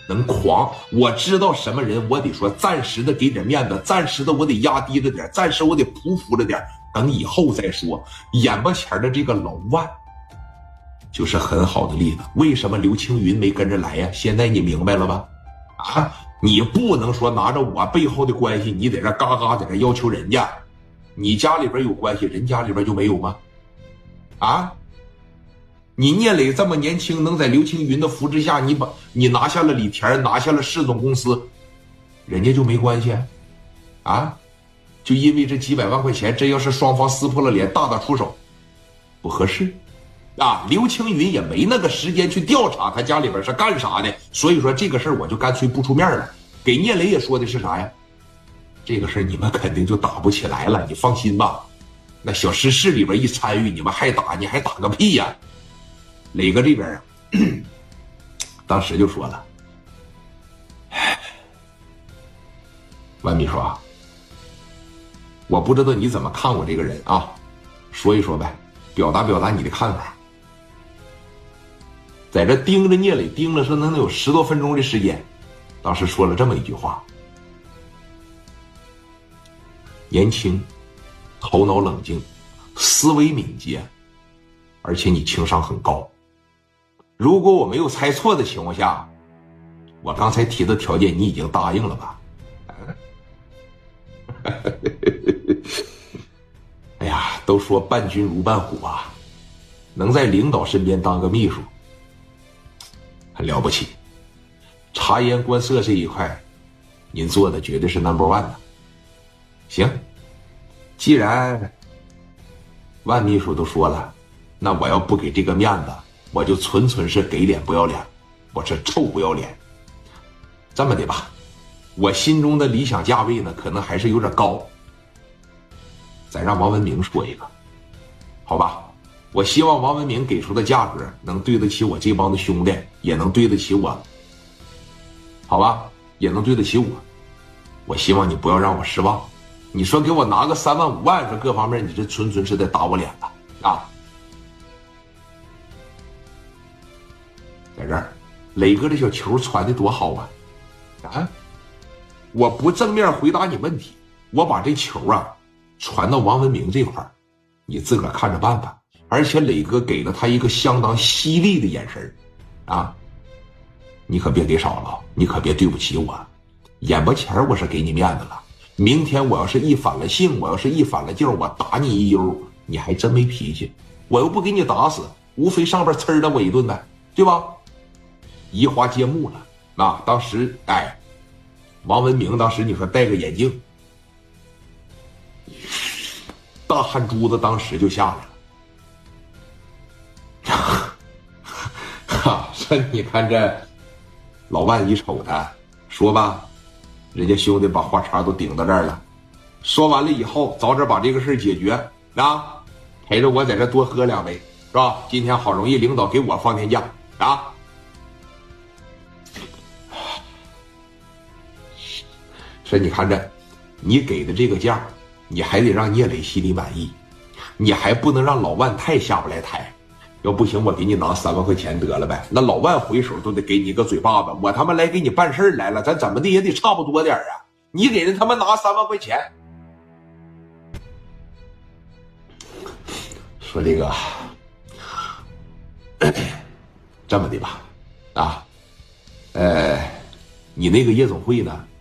能狂。我知道什么人，我得说暂时的给点面子，暂时的我得压低了点，暂时我得匍匐了点，等以后再说。眼巴前的这个老万就是很好的例子。为什么刘青云没跟着来呀？现在你明白了吧？啊，你不能说拿着我背后的关系，你在这嘎嘎在这要求人家，你家里边有关系，人家里边就没有吗？啊？你聂磊这么年轻，能在刘青云的扶持下，你拿下了李田，拿下了市总公司，人家就没关系啊？就因为这几百万块钱，这要是双方撕破了脸，大打出手，不合适啊！刘青云也没那个时间去调查他家里边是干啥的，所以说这个事儿我就干脆不出面了。给聂磊也说的是啥呀？这个事儿你们肯定就打不起来了，你放心吧。那小石室里边一参与，你们还打，你还打个屁呀！磊哥这边啊，当时就说了，万秘书啊，我不知道你怎么看我这个人啊，说一说呗，表达表达你的看法。在这盯着聂磊盯了是能有10多分钟的时间，当时说了这么一句话：年轻，头脑冷静，思维敏捷，而且你情商很高。如果我没有猜错的情况下，我刚才提的条件你已经答应了吧？哎呀，都说伴君如伴虎啊，能在领导身边当个秘书很了不起。察言观色这一块您做的绝对是 No.1 的。行，既然万秘书都说了，那我要不给这个面子，我就纯纯是给脸不要脸，我是臭不要脸。这么的吧，我心中的理想价位呢，可能还是有点高。再让王文明说一个，好吧？我希望王文明给出的价格能对得起我这帮的兄弟，也能对得起我，好吧？也能对得起我。我希望你不要让我失望。你说给我拿个3万5万，说各方面你这纯纯是在打我脸了啊！在这儿，磊哥这小球传的多好啊！啊，我不正面回答你问题，我把这球啊传到王文明这块儿，你自个儿看着办吧。而且磊哥给了他一个相当犀利的眼神啊，你可别给少了，你可别对不起我。眼巴前我是给你面子了，明天我要是一反了性，我要是一反了劲，我打你一悠，你还真没脾气。我又不给你打死，无非上边呲了我一顿呗，对吧？移花接木了。那当时哎，王文明当时你说戴个眼镜，大汗珠子当时就下来了。说你看这老万一瞅他，说吧，人家兄弟把话茬都顶到这儿了。说完了以后，早点把这个事解决啊，陪着我在这多喝2杯，是吧？今天好容易领导给我放天假啊。说你看这，你给的这个价，你还得让聂磊心里满意，你还不能让老万太下不来台。要不行，我给你拿3万块钱得了呗。那老万回手都得给你一个嘴巴子，我他妈来给你办事来了，咱怎么的也得差不多点啊！你给人他妈拿3万块钱，说这个这么的吧，啊，你那个夜总会呢，